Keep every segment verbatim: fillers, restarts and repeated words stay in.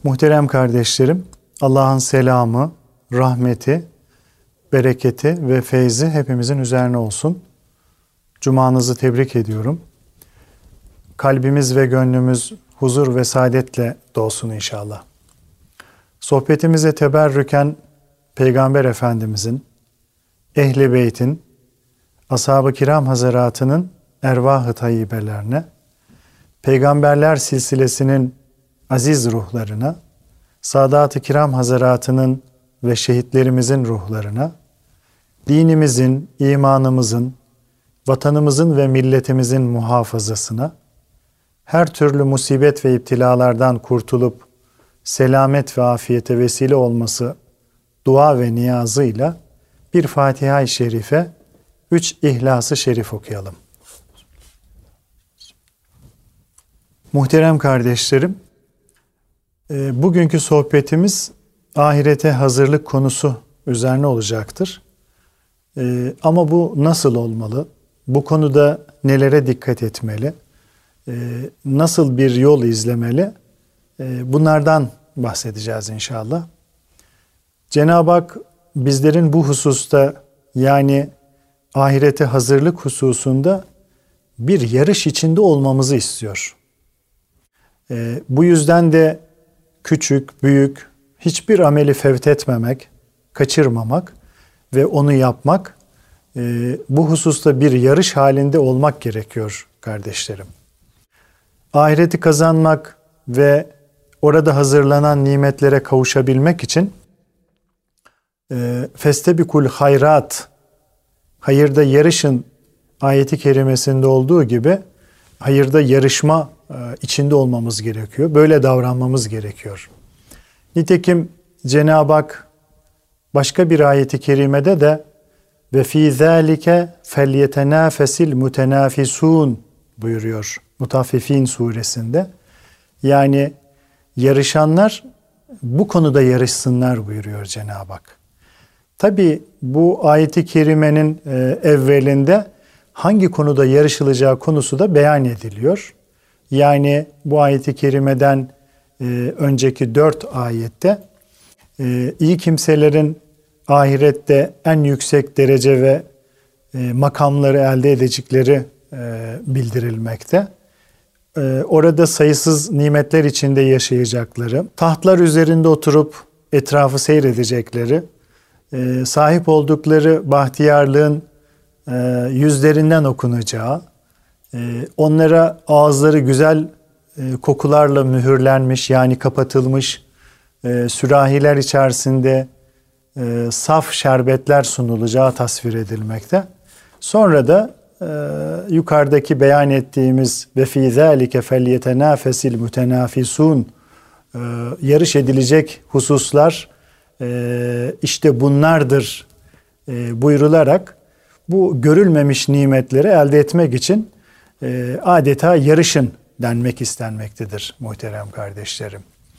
Muhterem kardeşlerim, Allah'ın selamı, rahmeti, bereketi ve feyzi hepimizin üzerine olsun. Cumanızı tebrik ediyorum. Kalbimiz ve gönlümüz huzur ve saadetle dolsun inşallah. Sohbetimize teberrüken Peygamber Efendimizin, Ehl-i Beyt'in, Ashab-ı Kiram Hazaratı'nın ervah-ı tayyibelerine, Peygamberler silsilesinin aziz ruhlarına, Sadat-ı Kiram Hazaratı'nın ve şehitlerimizin ruhlarına, dinimizin, imanımızın, vatanımızın ve milletimizin muhafazasına, her türlü musibet ve iptilalardan kurtulup selamet ve afiyete vesile olması dua ve niyazıyla bir Fatiha-i Şerife, üç İhlas-ı Şerif okuyalım. Muhterem kardeşlerim, bugünkü sohbetimiz ahirete hazırlık konusu üzerine olacaktır. Ama bu nasıl olmalı? Bu konuda nelere dikkat etmeli? Nasıl bir yol izlemeli? Bunlardan bahsedeceğiz inşallah. Cenab-ı Hak bizlerin bu hususta, yani ahirete hazırlık hususunda bir yarış içinde olmamızı istiyor. Bu yüzden de küçük, büyük, hiçbir ameli fevt etmemek, kaçırmamak ve onu yapmak, bu hususta bir yarış halinde olmak gerekiyor kardeşlerim. Ahireti kazanmak ve orada hazırlanan nimetlere kavuşabilmek için festebikul hayrat, hayırda yarışın ayeti kerimesinde olduğu gibi hayırda yarışma içinde olmamız gerekiyor. Böyle davranmamız gerekiyor. Nitekim Cenab-ı Hak başka bir ayeti kerimede de ve fî zâlike felyetenâfesil mutenâfisûn buyuruyor Mutaffifin suresinde. Yani yarışanlar bu konuda yarışsınlar buyuruyor Cenab-ı Hak. Tabi bu ayeti kerimenin evvelinde hangi konuda yarışılacağı konusu da beyan ediliyor. Yani bu ayeti kerimeden önceki dört ayette iyi kimselerin ahirette en yüksek derece ve makamları elde edecekleri bildirilmekte. Orada sayısız nimetler içinde yaşayacakları, tahtlar üzerinde oturup etrafı seyredecekleri, sahip oldukları bahtiyarlığın yüzlerinden okunacağı, onlara ağızları güzel kokularla mühürlenmiş, yani kapatılmış sürahiler içerisinde saf şerbetler sunulacağı tasvir edilmekte. Sonra da yukarıdaki beyan ettiğimiz ve fî zâlike felyetenâfesil mutenâfisûn yarış edilecek hususlar işte bunlardır buyrularak bu görülmemiş nimetleri elde etmek için adeta yarışın denmek istenmektedir muhterem kardeşlerim.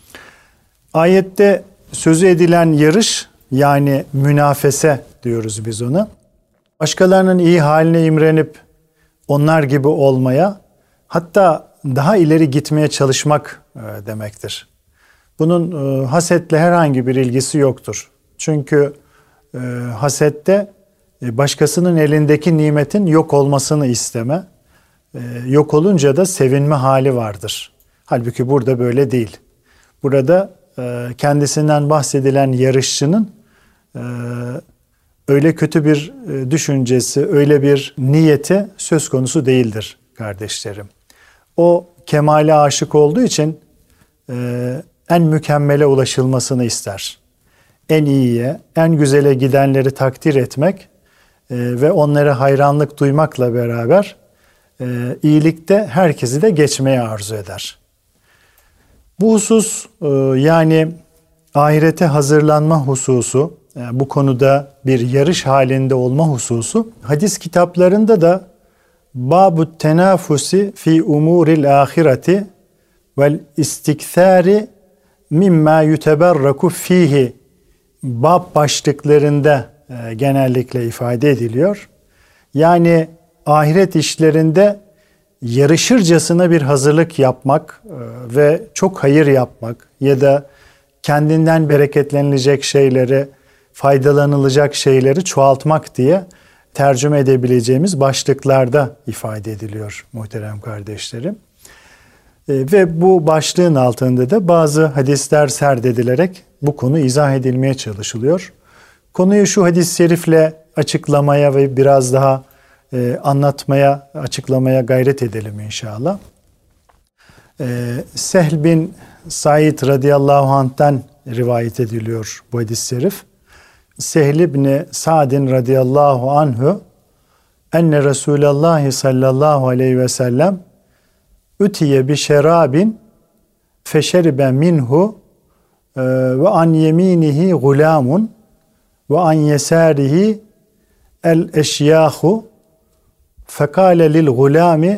Ayette sözü edilen yarış, yani münafese diyoruz biz ona, başkalarının iyi haline imrenip onlar gibi olmaya, hatta daha ileri gitmeye çalışmak demektir. Bunun hasetle herhangi bir ilgisi yoktur. Çünkü hasette başkasının elindeki nimetin yok olmasını isteme, yok olunca da sevinme hali vardır. Halbuki burada böyle değil. Burada kendisinden bahsedilen yarışçının öyle kötü bir düşüncesi, öyle bir niyeti söz konusu değildir kardeşlerim. O kemale aşık olduğu için en mükemmele ulaşılmasını ister. En iyiye, en güzele gidenleri takdir etmek ve onlara hayranlık duymakla beraber iyilikte herkesi de geçmeye arzu eder. Bu husus, yani ahirete hazırlanma hususu, bu konuda bir yarış halinde olma hususu, hadis kitaplarında da Babut tenafusi fi umuril ahireti vel istikthari mimma yuteberraku fihi bab başlıklarında genellikle ifade ediliyor. Yani ahiret işlerinde yarışırcasına bir hazırlık yapmak ve çok hayır yapmak ya da kendinden bereketlenilecek şeyleri, faydalanılacak şeyleri çoğaltmak diye tercüme edebileceğimiz başlıklarda ifade ediliyor muhterem kardeşlerim. E, ve bu başlığın altında da bazı hadisler serdedilerek bu konu izah edilmeye çalışılıyor. Konuyu şu hadis-i şerifle açıklamaya ve biraz daha e, anlatmaya, açıklamaya gayret edelim inşallah. E, Sehl bin Said radıyallahu anh'ten rivayet ediliyor bu hadis-i şerif. Sehl ibn Sa'din radıyallahu anhu enne Resulullah sallallahu aleyhi ve sellem utiye bi şerabin feşeribe minhu ve an yeminihi gulamun ve an yesarihi el eşyahu fekale lil gulami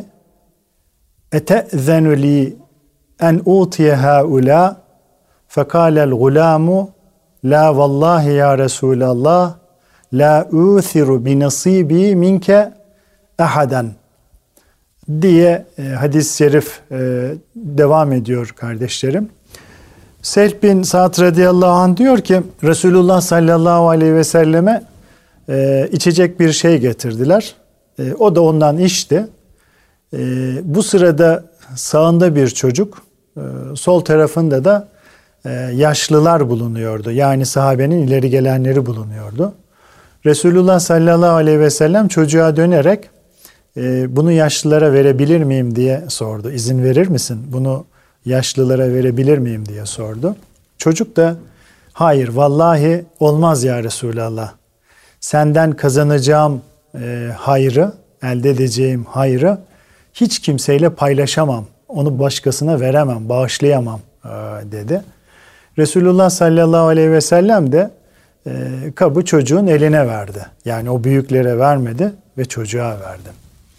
ete'zenu li en utiye haula fekalel gulamu la vallahi ya Resulallah la uthiru bi nasibi minke ahaden diye e, hadis-i şerif e, devam ediyor kardeşlerim. Sehl bin Sa'd radıyallahu anh diyor ki Resulullah sallallahu aleyhi ve selleme e, içecek bir şey getirdiler. E, o da ondan içti. E, bu sırada sağında bir çocuk, e, sol tarafında da e, yaşlılar bulunuyordu. Yani sahabenin ileri gelenleri bulunuyordu. Resulullah sallallahu aleyhi ve sellem çocuğa dönerek e, bunu yaşlılara verebilir miyim diye sordu. İzin verir misin? Bunu yaşlılara verebilir miyim diye sordu. Çocuk da hayır vallahi olmaz ya Resulallah. Senden kazanacağım e, hayrı, elde edeceğim hayrı hiç kimseyle paylaşamam. Onu başkasına veremem, bağışlayamam e, dedi. Resulullah sallallahu aleyhi ve sellem de e, kabı çocuğun eline verdi. Yani o büyüklere vermedi ve çocuğa verdi.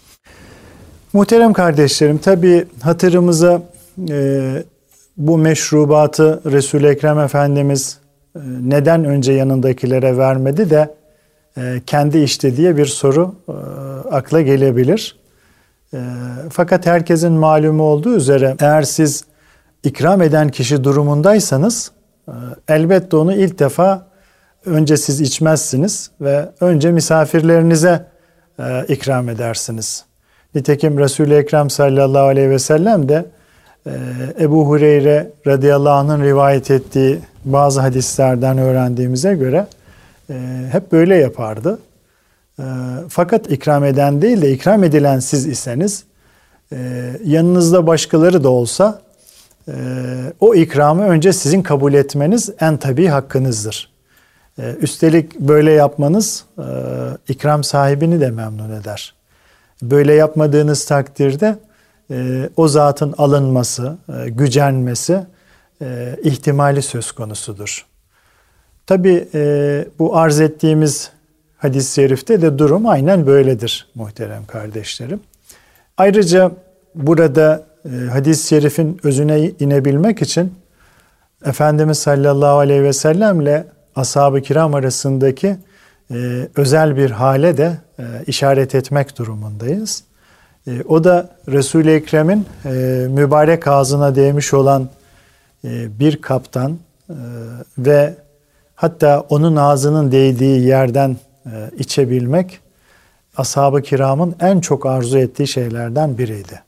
Muhterem kardeşlerim, tabi hatırımıza e, bu meşrubatı Resul-i Ekrem Efendimiz e, neden önce yanındakilere vermedi de e, kendi içti diye bir soru e, akla gelebilir. E, fakat herkesin malumu olduğu üzere eğer siz ikram eden kişi durumundaysanız e, elbette onu ilk defa önce siz içmezsiniz ve önce misafirlerinize e, ikram edersiniz. Nitekim Resul-i Ekrem sallallahu aleyhi ve sellem de e, Ebu Hureyre radıyallahu anh'ın rivayet ettiği bazı hadislerden öğrendiğimize göre e, hep böyle yapardı. E, fakat ikram eden değil de ikram edilen siz iseniz e, yanınızda başkaları da olsa e, o ikramı önce sizin kabul etmeniz en tabii hakkınızdır. E, üstelik böyle yapmanız e, ikram sahibini de memnun eder. Böyle yapmadığınız takdirde e, o zatın alınması, e, gücenmesi e, ihtimali söz konusudur. Tabi e, bu arz ettiğimiz hadis-i şerifte de durum aynen böyledir muhterem kardeşlerim. Ayrıca burada e, hadis-i şerifin özüne inebilmek için Efendimiz sallallahu aleyhi ve sellemle ashab-ı kiram arasındaki e, özel bir hale de e, işaret etmek durumundayız. E, o da Resul-i Ekrem'in e, mübarek ağzına değmiş olan e, bir kaptan e, ve hatta onun ağzının değdiği yerden e, içebilmek ashab-ı kiramın en çok arzu ettiği şeylerden biriydi.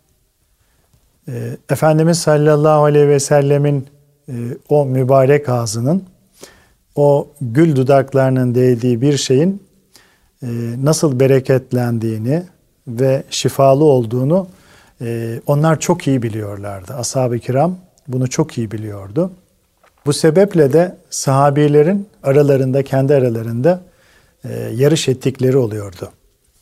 E, Efendimiz sallallahu aleyhi ve sellemin e, o mübarek ağzının, o gül dudaklarının değdiği bir şeyin e, nasıl bereketlendiğini ve şifalı olduğunu e, onlar çok iyi biliyorlardı. Ashab-ı kiram bunu çok iyi biliyordu. Bu sebeple de sahabilerin aralarında, kendi aralarında e, yarış ettikleri oluyordu.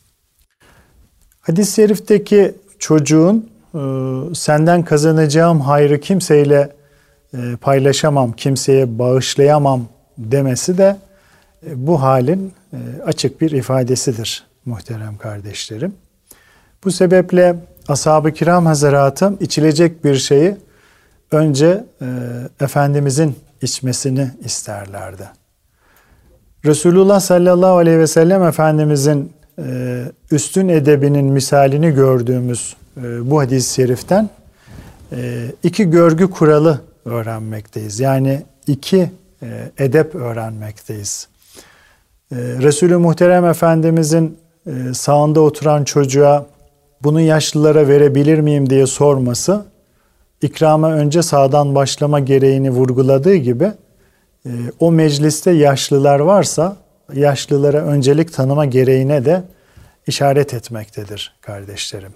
Hadis-i şerifteki çocuğun e, senden kazanacağım hayrı kimseyle e, paylaşamam, kimseye bağışlayamam demesi de e, bu halin e, açık bir ifadesidir muhterem kardeşlerim. Bu sebeple ashab-ı kiram hazaratı içilecek bir şeyi önce e, Efendimizin içmesini isterlerdi. Resulullah sallallahu aleyhi ve sellem Efendimizin e, üstün edebinin misalini gördüğümüz e, bu hadis-i şeriften e, iki görgü kuralı öğrenmekteyiz. Yani iki e, edep öğrenmekteyiz. E, Resulü Muhterem Efendimizin e, sağında oturan çocuğa bunu yaşlılara verebilir miyim diye sorması, ikrama önce sağdan başlama gereğini vurguladığı gibi e, o mecliste yaşlılar varsa yaşlılara öncelik tanıma gereğine de işaret etmektedir kardeşlerim.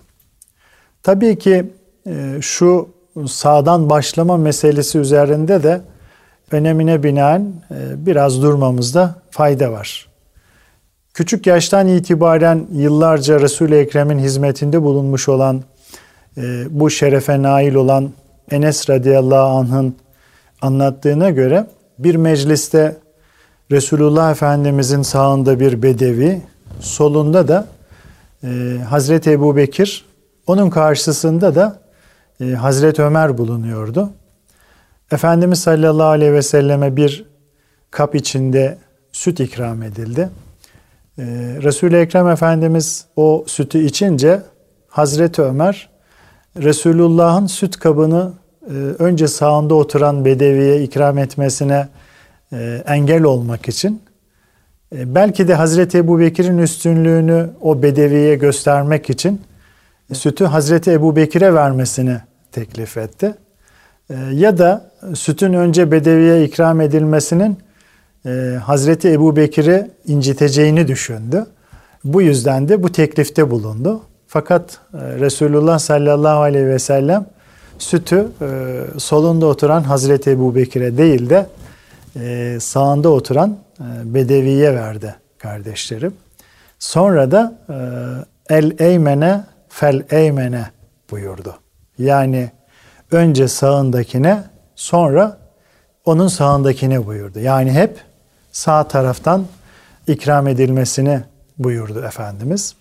Tabii ki e, şu sağdan başlama meselesi üzerinde de önemine binaen e, biraz durmamızda fayda var. Küçük yaştan itibaren yıllarca Resul-i Ekrem'in hizmetinde bulunmuş olan, e, bu şerefe nail olan Enes radıyallahu anh'ın anlattığına göre bir mecliste Resulullah Efendimizin sağında bir bedevi, solunda da e, Hazreti Ebu Bekir, onun karşısında da e, Hazreti Ömer bulunuyordu. Efendimiz sallallahu aleyhi ve selleme bir kap içinde süt ikram edildi. Ee, Resul-i Ekrem Efendimiz o sütü içince Hazreti Ömer Resulullah'ın süt kabını e, önce sağında oturan bedeviye ikram etmesine e, engel olmak için e, belki de Hazreti Ebubekir'in üstünlüğünü o bedeviye göstermek için e, sütü Hazreti Ebubekir'e vermesini teklif etti. E, ya da sütün önce bedeviye ikram edilmesinin Ee, Hazreti Ebubekir'i inciteceğini düşündü. Bu yüzden de bu teklifte bulundu. Fakat e, Resulullah sallallahu aleyhi ve sellem sütü e, solunda oturan Hazreti Ebubekir'e değil de e, sağında oturan e, bedeviye verdi kardeşlerim. Sonra da e, el eymene fel eymene buyurdu. Yani önce sağındakine, sonra onun sağındakine buyurdu. Yani hep sağ taraftan ikram edilmesini buyurdu Efendimiz.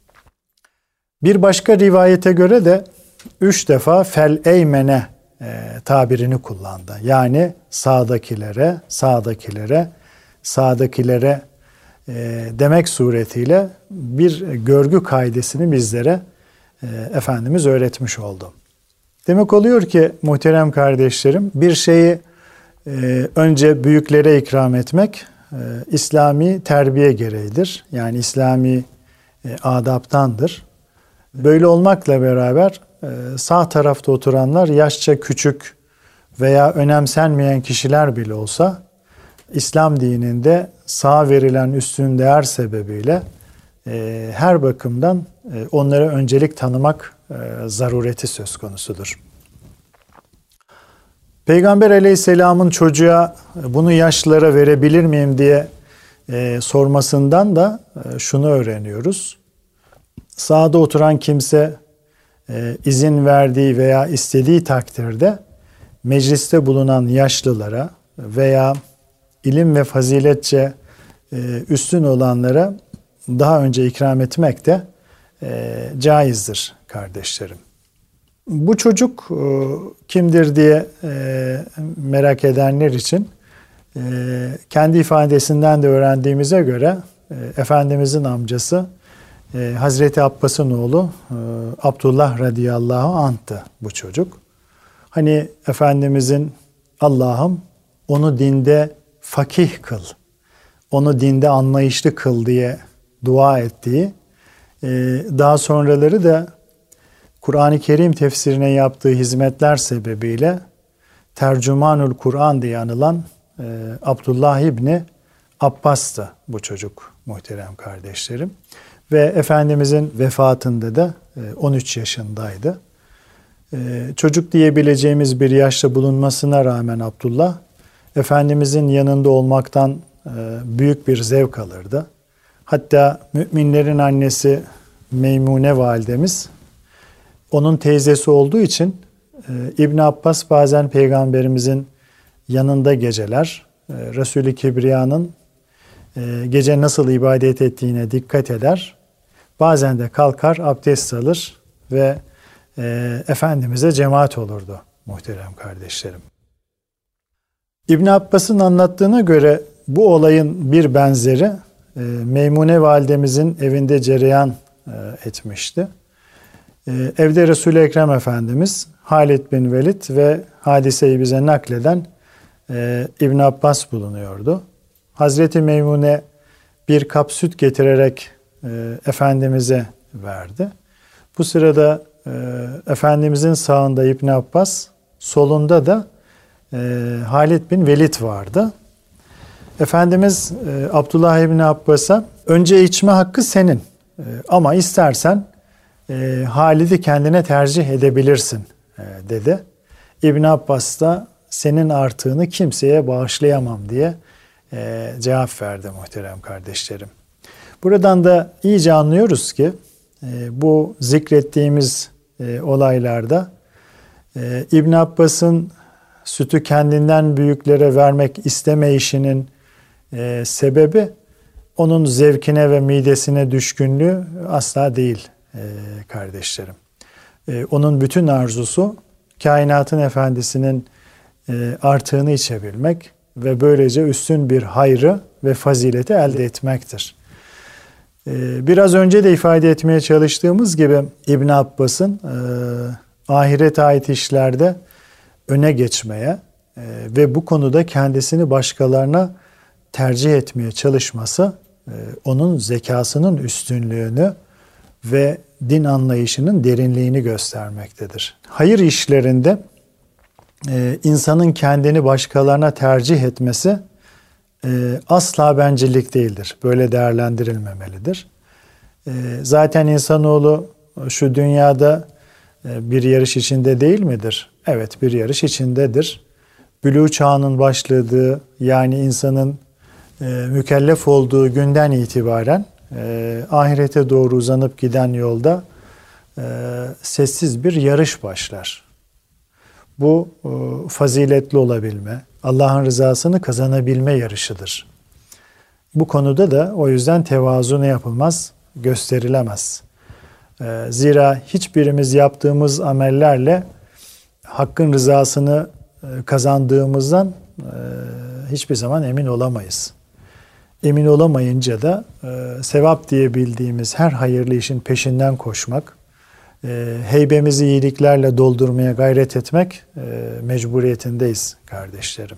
Bir başka rivayete göre de üç defa fel eymene e, tabirini kullandı. Yani sağdakilere, sağdakilere, sağdakilere e, demek suretiyle bir görgü kaidesini bizlere e, Efendimiz öğretmiş oldu. Demek oluyor ki muhterem kardeşlerim, bir şeyi Ee, önce büyüklere ikram etmek e, İslami terbiye gereğidir. Yani İslami e, adaptandır. Böyle olmakla beraber e, sağ tarafta oturanlar yaşça küçük veya önemsenmeyen kişiler bile olsa İslam dininde sağa verilen üstün değer sebebiyle e, her bakımdan e, onlara öncelik tanımak e, zarureti söz konusudur. Peygamber Aleyhisselam'ın çocuğa bunu yaşlılara verebilir miyim diye e, sormasından da e, şunu öğreniyoruz. Sağda oturan kimse e, izin verdiği veya istediği takdirde mecliste bulunan yaşlılara veya ilim ve faziletçe e, üstün olanlara daha önce ikram etmek de e, caizdir kardeşlerim. Bu çocuk e, kimdir diye e, merak edenler için e, kendi ifadesinden de öğrendiğimize göre e, Efendimizin amcası e, Hazreti Abbas'ın oğlu e, Abdullah radıyallahu anh'tı bu çocuk. Hani Efendimizin Allah'ım onu dinde fakih kıl, onu dinde anlayışlı kıl diye dua ettiği, e, daha sonraları da Kur'an-ı Kerim tefsirine yaptığı hizmetler sebebiyle Tercümanül Kur'an diye anılan e, Abdullah İbni Abbas'tı bu çocuk muhterem kardeşlerim. Ve Efendimizin vefatında da e, on üç yaşındaydı. E, çocuk diyebileceğimiz bir yaşta bulunmasına rağmen Abdullah, Efendimizin yanında olmaktan e, büyük bir zevk alırdı. Hatta müminlerin annesi Meymune validemiz, onun teyzesi olduğu için e, İbn Abbas bazen Peygamberimizin yanında geceler, e, Resul-i Kibriya'nın e, gece nasıl ibadet ettiğine dikkat eder. Bazen de kalkar, abdest alır ve e, Efendimiz'e cemaat olurdu muhterem kardeşlerim. İbn Abbas'ın anlattığına göre bu olayın bir benzeri e, Meymune validemizin evinde cereyan e, etmişti. Evde Resul-i Ekrem Efendimiz, Halid bin Velid ve hadiseyi bize nakleden e, İbn Abbas bulunuyordu. Hazreti Meymune bir kap süt getirerek e, Efendimiz'e verdi. Bu sırada e, Efendimiz'in sağında İbn Abbas, solunda da e, Halid bin Velid vardı. Efendimiz e, Abdullah İbni Abbas'a önce içme hakkı senin e, ama istersen e, Halid'i kendine tercih edebilirsin e, dedi. İbn Abbas da senin artığını kimseye bağışlayamam diye e, cevap verdi muhterem kardeşlerim. Buradan da iyice anlıyoruz ki e, bu zikrettiğimiz e, olaylarda e, İbn Abbas'ın sütü kendinden büyüklere vermek istemeyişinin e, sebebi onun zevkine ve midesine düşkünlüğü asla değil e, kardeşlerim. E, onun bütün arzusu kainatın efendisinin e, artığını içebilmek ve böylece üstün bir hayrı ve fazileti elde etmektir. E, biraz önce de ifade etmeye çalıştığımız gibi İbn Abbas'ın e, ahirete ait işlerde öne geçmeye e, ve bu konuda kendisini başkalarına tercih etmeye çalışması e, onun zekasının üstünlüğünü ve din anlayışının derinliğini göstermektedir. Hayır işlerinde e, insanın kendini başkalarına tercih etmesi e, asla bencillik değildir. Böyle değerlendirilmemelidir. E, zaten insanoğlu şu dünyada e, bir yarış içinde değil midir? Evet, bir yarış içindedir. Bülûğ çağının başladığı, yani insanın e, mükellef olduğu günden itibaren e, ahirete doğru uzanıp giden yolda e, sessiz bir yarış başlar. Bu e, faziletli olabilme, Allah'ın rızasını kazanabilme yarışıdır. Bu konuda da o yüzden tevazu ne yapılmaz? Gösterilemez. E, zira hiçbirimiz yaptığımız amellerle Hakk'ın rızasını kazandığımızdan hiçbir zaman emin olamayız. Emin olamayınca da sevap diye bildiğimiz her hayırlı işin peşinden koşmak, heybemizi iyiliklerle doldurmaya gayret etmek mecburiyetindeyiz kardeşlerim.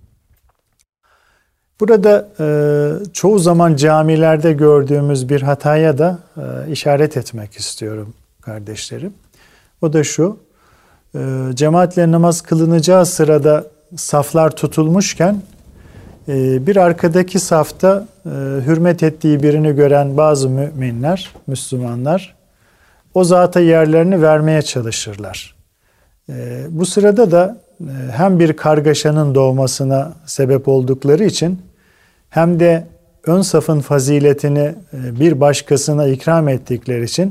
Burada çoğu zaman camilerde gördüğümüz bir hataya da işaret etmek istiyorum kardeşlerim. O da şu: cemaatle namaz kılınacağı sırada saflar tutulmuşken bir arkadaki safta hürmet ettiği birini gören bazı müminler, Müslümanlar o zata yerlerini vermeye çalışırlar. Bu sırada da hem bir kargaşanın doğmasına sebep oldukları için hem de ön safın faziletini bir başkasına ikram ettikleri için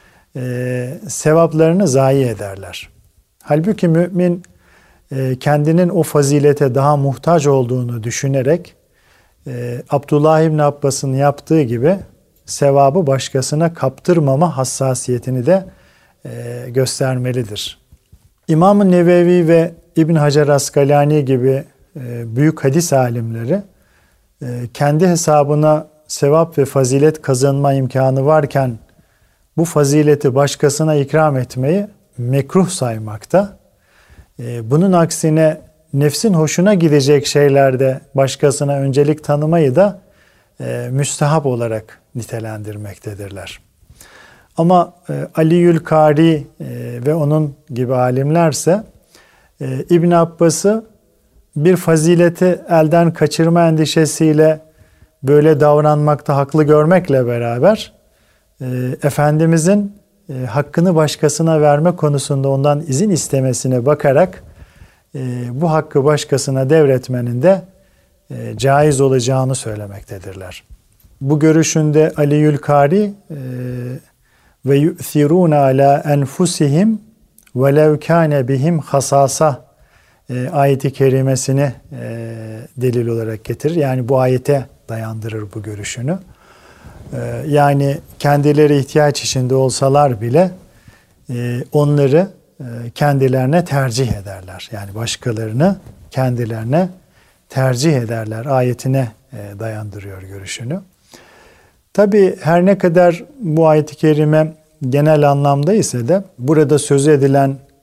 sevaplarını zayi ederler. Halbuki mümin kendinin o fazilete daha muhtaç olduğunu düşünerek Abdullah İbni Abbas'ın yaptığı gibi sevabı başkasına kaptırmama hassasiyetini de göstermelidir. İmam-ı Nevevi ve İbn Hacer Askalani gibi büyük hadis alimleri kendi hesabına sevap ve fazilet kazanma imkanı varken bu fazileti başkasına ikram etmeyi mekruh saymakta. Bunun aksine nefsin hoşuna gidecek şeylerde başkasına öncelik tanımayı da e, müstehap olarak nitelendirmektedirler. Ama e, Aliyül Kari e, ve onun gibi alimlerse e, İbn Abbas'ı bir fazileti elden kaçırma endişesiyle böyle davranmakta haklı görmekle beraber e, Efendimizin e, hakkını başkasına verme konusunda ondan izin istemesine bakarak e, bu hakkı başkasına devretmenin de e, caiz olacağını söylemektedirler. Bu görüşünde Aliyül Kari e, ve yu'thirûne alâ enfusihim velev kâne bihim hasâsa e, ayeti kerimesini e, delil olarak getirir. Yani bu ayete dayandırır bu görüşünü. E, yani kendileri ihtiyaç içinde olsalar bile e, onları e, kendilerine tercih ederler. Yani başkalarını kendilerine tercih ederler ayetine e, dayandırıyor görüşünü. Tabi her ne kadar bu ayet-i kerime genel anlamda ise de burada söz edilen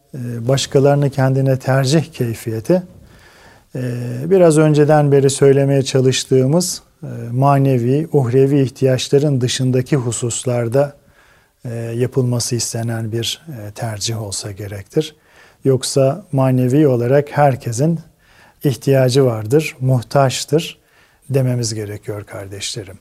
başkalarını kendine tercih keyfiyeti, biraz önceden beri söylemeye çalıştığımız manevi, uhrevi ihtiyaçların dışındaki hususlarda yapılması istenen bir tercih olsa gerektir. Yoksa manevi olarak herkesin ihtiyacı vardır, muhtaçtır dememiz gerekiyor kardeşlerim.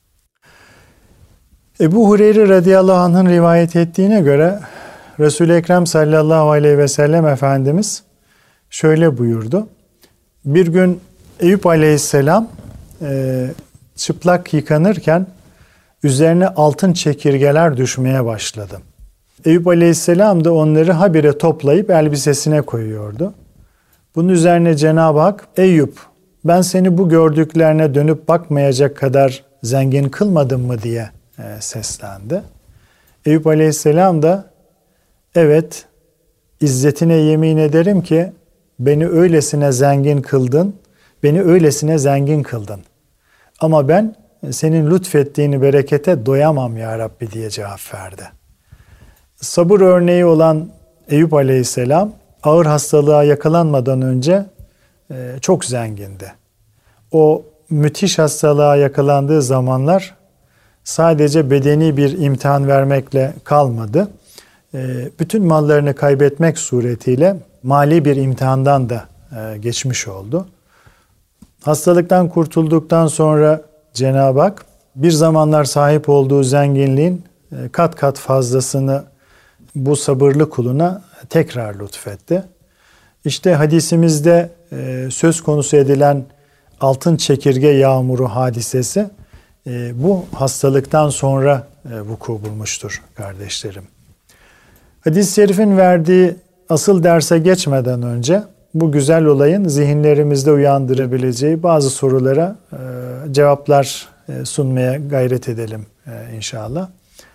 Ebu Hureyre radıyallahu anh'ın rivayet ettiğine göre Resul-i Ekrem sallallahu aleyhi ve sellem Efendimiz şöyle buyurdu. Bir gün Eyüp aleyhisselam e, çıplak yıkanırken üzerine altın çekirgeler düşmeye başladı. Eyüp aleyhisselam da onları habire toplayıp elbisesine koyuyordu. Bunun üzerine Cenab-ı Hak, Eyüp ben seni bu gördüklerine dönüp bakmayacak kadar zengin kılmadım mı diye e, seslendi. Eyüp aleyhisselam da evet izzetine yemin ederim ki beni öylesine zengin kıldın, beni öylesine zengin kıldın. Ama ben senin lütfettiğini berekete doyamam ya Rabbi diye cevap verdi. Sabır örneği olan Eyüp aleyhisselam ağır hastalığa yakalanmadan önce çok zengindi. O müthiş hastalığa yakalandığı zamanlar sadece bedeni bir imtihan vermekle kalmadı. Bütün mallarını kaybetmek suretiyle mali bir imtihandan da geçmiş oldu. Hastalıktan kurtulduktan sonra Cenab-ı Hak bir zamanlar sahip olduğu zenginliğin kat kat fazlasını bu sabırlı kuluna tekrar lütfetti. İşte hadisimizde söz konusu edilen altın çekirge yağmuru hadisesi bu hastalıktan sonra vuku bulmuştur kardeşlerim. Hadis-i şerifin verdiği asıl derse geçmeden önce bu güzel olayın zihinlerimizde uyandırabileceği bazı sorulara cevaplar sunmaya gayret edelim inşallah.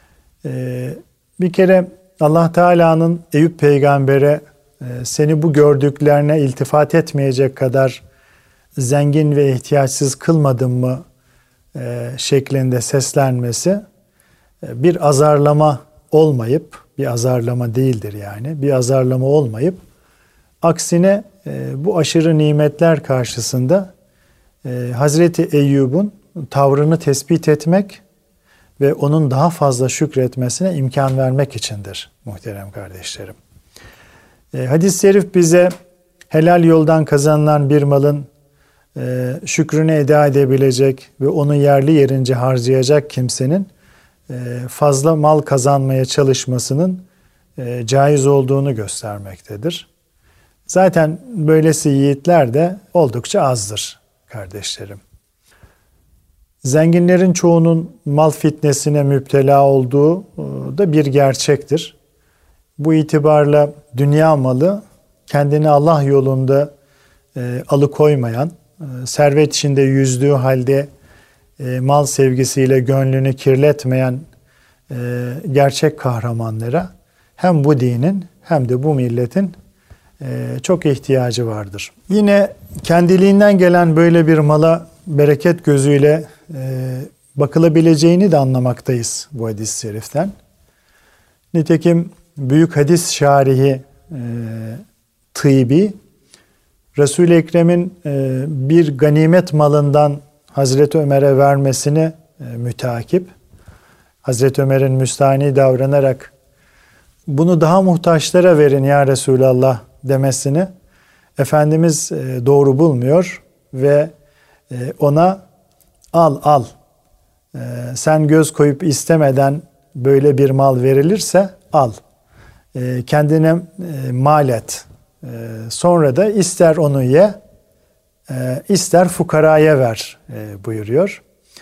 Bir kere Allah Teala'nın Eyüp peygambere seni bu gördüklerine iltifat etmeyecek kadar zengin ve ihtiyaçsız kılmadım mı şeklinde seslenmesi bir azarlama olmayıp, bir azarlama değildir yani, bir azarlama olmayıp aksine bu aşırı nimetler karşısında Hazreti Eyyub'un tavrını tespit etmek ve onun daha fazla şükretmesine imkan vermek içindir muhterem kardeşlerim. Hadis-i şerif bize helal yoldan kazanılan bir malın şükrünü eda edebilecek ve onu yerli yerince harcayacak kimsenin fazla mal kazanmaya çalışmasının caiz olduğunu göstermektedir. Zaten böylesi yiğitler de oldukça azdır kardeşlerim. Zenginlerin çoğunun mal fitnesine müptela olduğu da bir gerçektir. Bu itibarla dünya malı kendini Allah yolunda alıkoymayan, servet içinde yüzdüğü halde mal sevgisiyle gönlünü kirletmeyen gerçek kahramanlara hem bu dinin hem de bu milletin çok ihtiyacı vardır. Yine kendiliğinden gelen böyle bir mala bereket gözüyle bakılabileceğini de anlamaktayız bu hadis-i şeriften. Nitekim büyük hadis şarihi Tıbi, Resul-i Ekrem'in bir ganimet malından Hazreti Ömer'e vermesini müteakip, Hazreti Ömer'in müstahni davranarak bunu daha muhtaçlara verin ya Resulallah demesini Efendimiz doğru bulmuyor ve ona al al sen göz koyup istemeden böyle bir mal verilirse al, kendine mal et, sonra da ister onu ye ister fukaraya ver buyuruyor.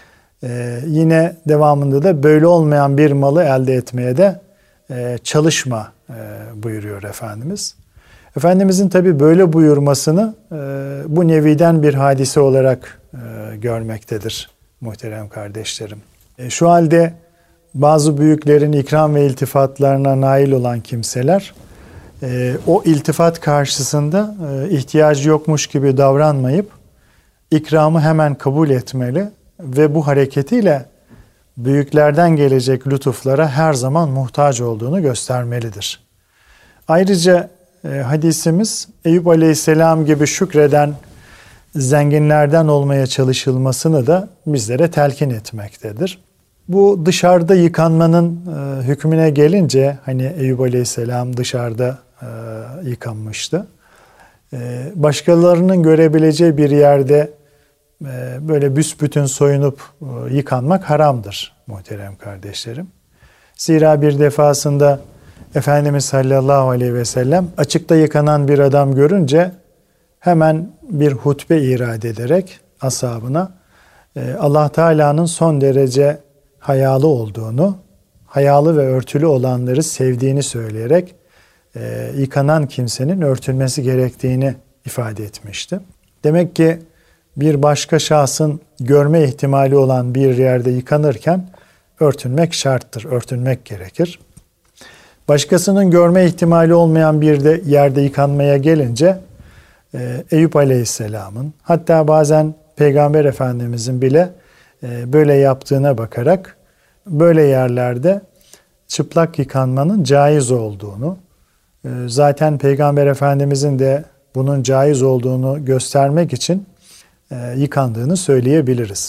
Yine devamında da böyle olmayan bir malı elde etmeye de çalışma buyuruyor Efendimiz. Efendimizin tabi böyle buyurmasını bu neviden bir hadise olarak görmektedir muhterem kardeşlerim. Şu halde bazı büyüklerin ikram ve iltifatlarına nail olan kimseler o iltifat karşısında ihtiyacı yokmuş gibi davranmayıp ikramı hemen kabul etmeli ve bu hareketiyle büyüklerden gelecek lütuflara her zaman muhtaç olduğunu göstermelidir. Ayrıca e, hadisimiz Eyüp Aleyhisselam gibi şükreden zenginlerden olmaya çalışılmasını da bizlere telkin etmektedir. Bu dışarıda yıkanmanın e, hükmüne gelince, hani Eyüp Aleyhisselam dışarıda e, yıkanmıştı. E, başkalarının görebileceği bir yerde e, böyle büsbütün soyunup e, yıkanmak haramdır muhterem kardeşlerim. Zira bir defasında Efendimiz sallallahu aleyhi ve sellem açıkta yıkanan bir adam görünce hemen bir hutbe irad ederek ashabına Allah Teala'nın son derece hayalı olduğunu, hayalı ve örtülü olanları sevdiğini söyleyerek yıkanan kimsenin örtülmesi gerektiğini ifade etmişti. Demek ki bir başka şahsın görme ihtimali olan bir yerde yıkanırken örtünmek şarttır, örtünmek gerekir. Başkasının görme ihtimali olmayan bir de yerde yıkanmaya gelince Eyüp Aleyhisselam'ın, hatta bazen Peygamber Efendimiz'in bile böyle yaptığına bakarak böyle yerlerde çıplak yıkanmanın caiz olduğunu, zaten Peygamber Efendimiz'in de bunun caiz olduğunu göstermek için yıkandığını söyleyebiliriz.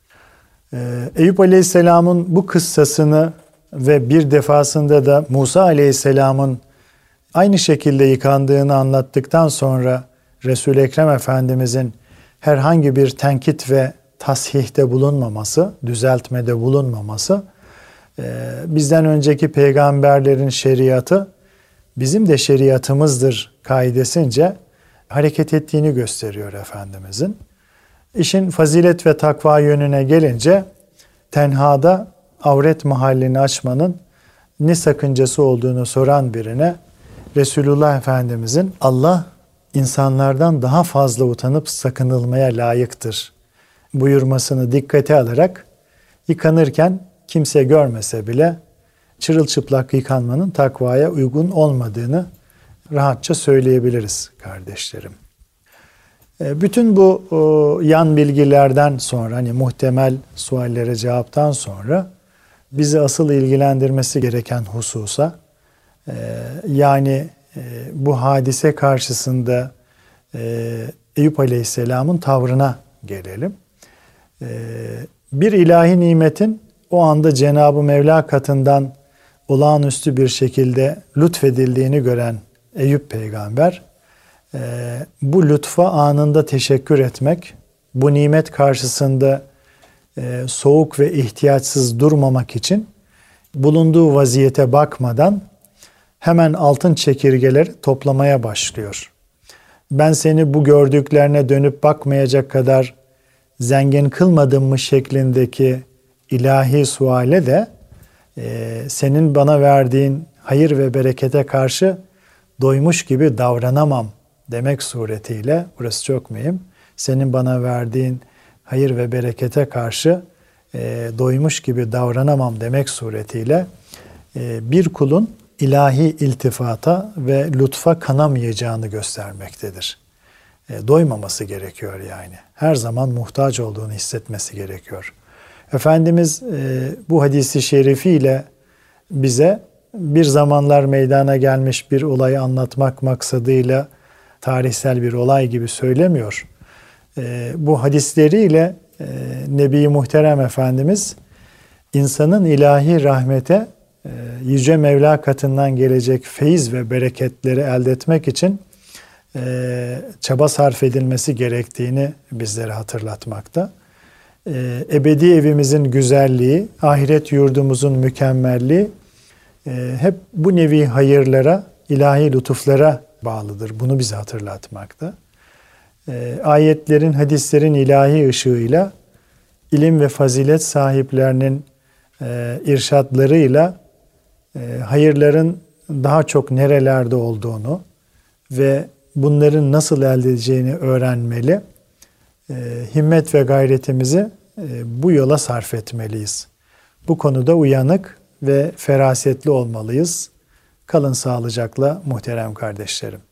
Eyüp Aleyhisselam'ın bu kıssasını ve bir defasında da Musa Aleyhisselam'ın aynı şekilde yıkandığını anlattıktan sonra Resul-i Ekrem Efendimizin herhangi bir tenkit ve tasihte bulunmaması, düzeltmede bulunmaması, bizden önceki peygamberlerin şeriatı bizim de şeriatımızdır kaidesince hareket ettiğini gösteriyor Efendimizin. İşin fazilet ve takva yönüne gelince tenhada avret mahallini açmanın ne sakıncası olduğunu soran birine Resulullah Efendimizin Allah insanlardan daha fazla utanıp sakınılmaya layıktır buyurmasını dikkate alarak yıkanırken kimse görmese bile çırılçıplak yıkanmanın takvaya uygun olmadığını rahatça söyleyebiliriz kardeşlerim. Bütün bu yan bilgilerden sonra, hani muhtemel suallere cevaptan sonra bizi asıl ilgilendirmesi gereken hususa, yani bu hadise karşısında Eyüp Aleyhisselam'ın tavrına gelelim. Bir ilahi nimetin o anda Cenab-ı Mevla katından olağanüstü bir şekilde lütfedildiğini gören Eyüp peygamber, bu lütfa anında teşekkür etmek, bu nimet karşısında soğuk ve ihtiyaçsız durmamak için bulunduğu vaziyete bakmadan hemen altın çekirgeleri toplamaya başlıyor. Ben seni bu gördüklerine dönüp bakmayacak kadar zengin kılmadım mı şeklindeki ilahi suale de e, senin bana verdiğin hayır ve berekete karşı doymuş gibi davranamam demek suretiyle, burası çok mühim, senin bana verdiğin hayır ve berekete karşı e, doymuş gibi davranamam demek suretiyle e, bir kulun ilahi iltifata ve lütfa kanamayacağını göstermektedir. E, doymaması gerekiyor yani. Her zaman muhtaç olduğunu hissetmesi gerekiyor. Efendimiz e, bu hadisi şerifiyle bize bir zamanlar meydana gelmiş bir olayı anlatmak maksadıyla tarihsel bir olay gibi söylemiyor. E, bu hadisleriyle e, Nebi Muhterem Efendimiz insanın ilahi rahmete, e, Yüce Mevla katından gelecek feyiz ve bereketleri elde etmek için e, çaba sarf edilmesi gerektiğini bizlere hatırlatmakta. E, ebedi evimizin güzelliği, ahiret yurdumuzun mükemmelliği e, hep bu nevi hayırlara, ilahi lütuflara bağlıdır. Bunu bize hatırlatmakta. E, ayetlerin, hadislerin ilahi ışığıyla, ilim ve fazilet sahiplerinin e, irşatlarıyla e, hayırların daha çok nerelerde olduğunu ve bunların nasıl elde edeceğini öğrenmeli, e, himmet ve gayretimizi e, bu yola sarf etmeliyiz. Bu konuda uyanık ve ferasetli olmalıyız. Kalın sağlıcakla muhterem kardeşlerim.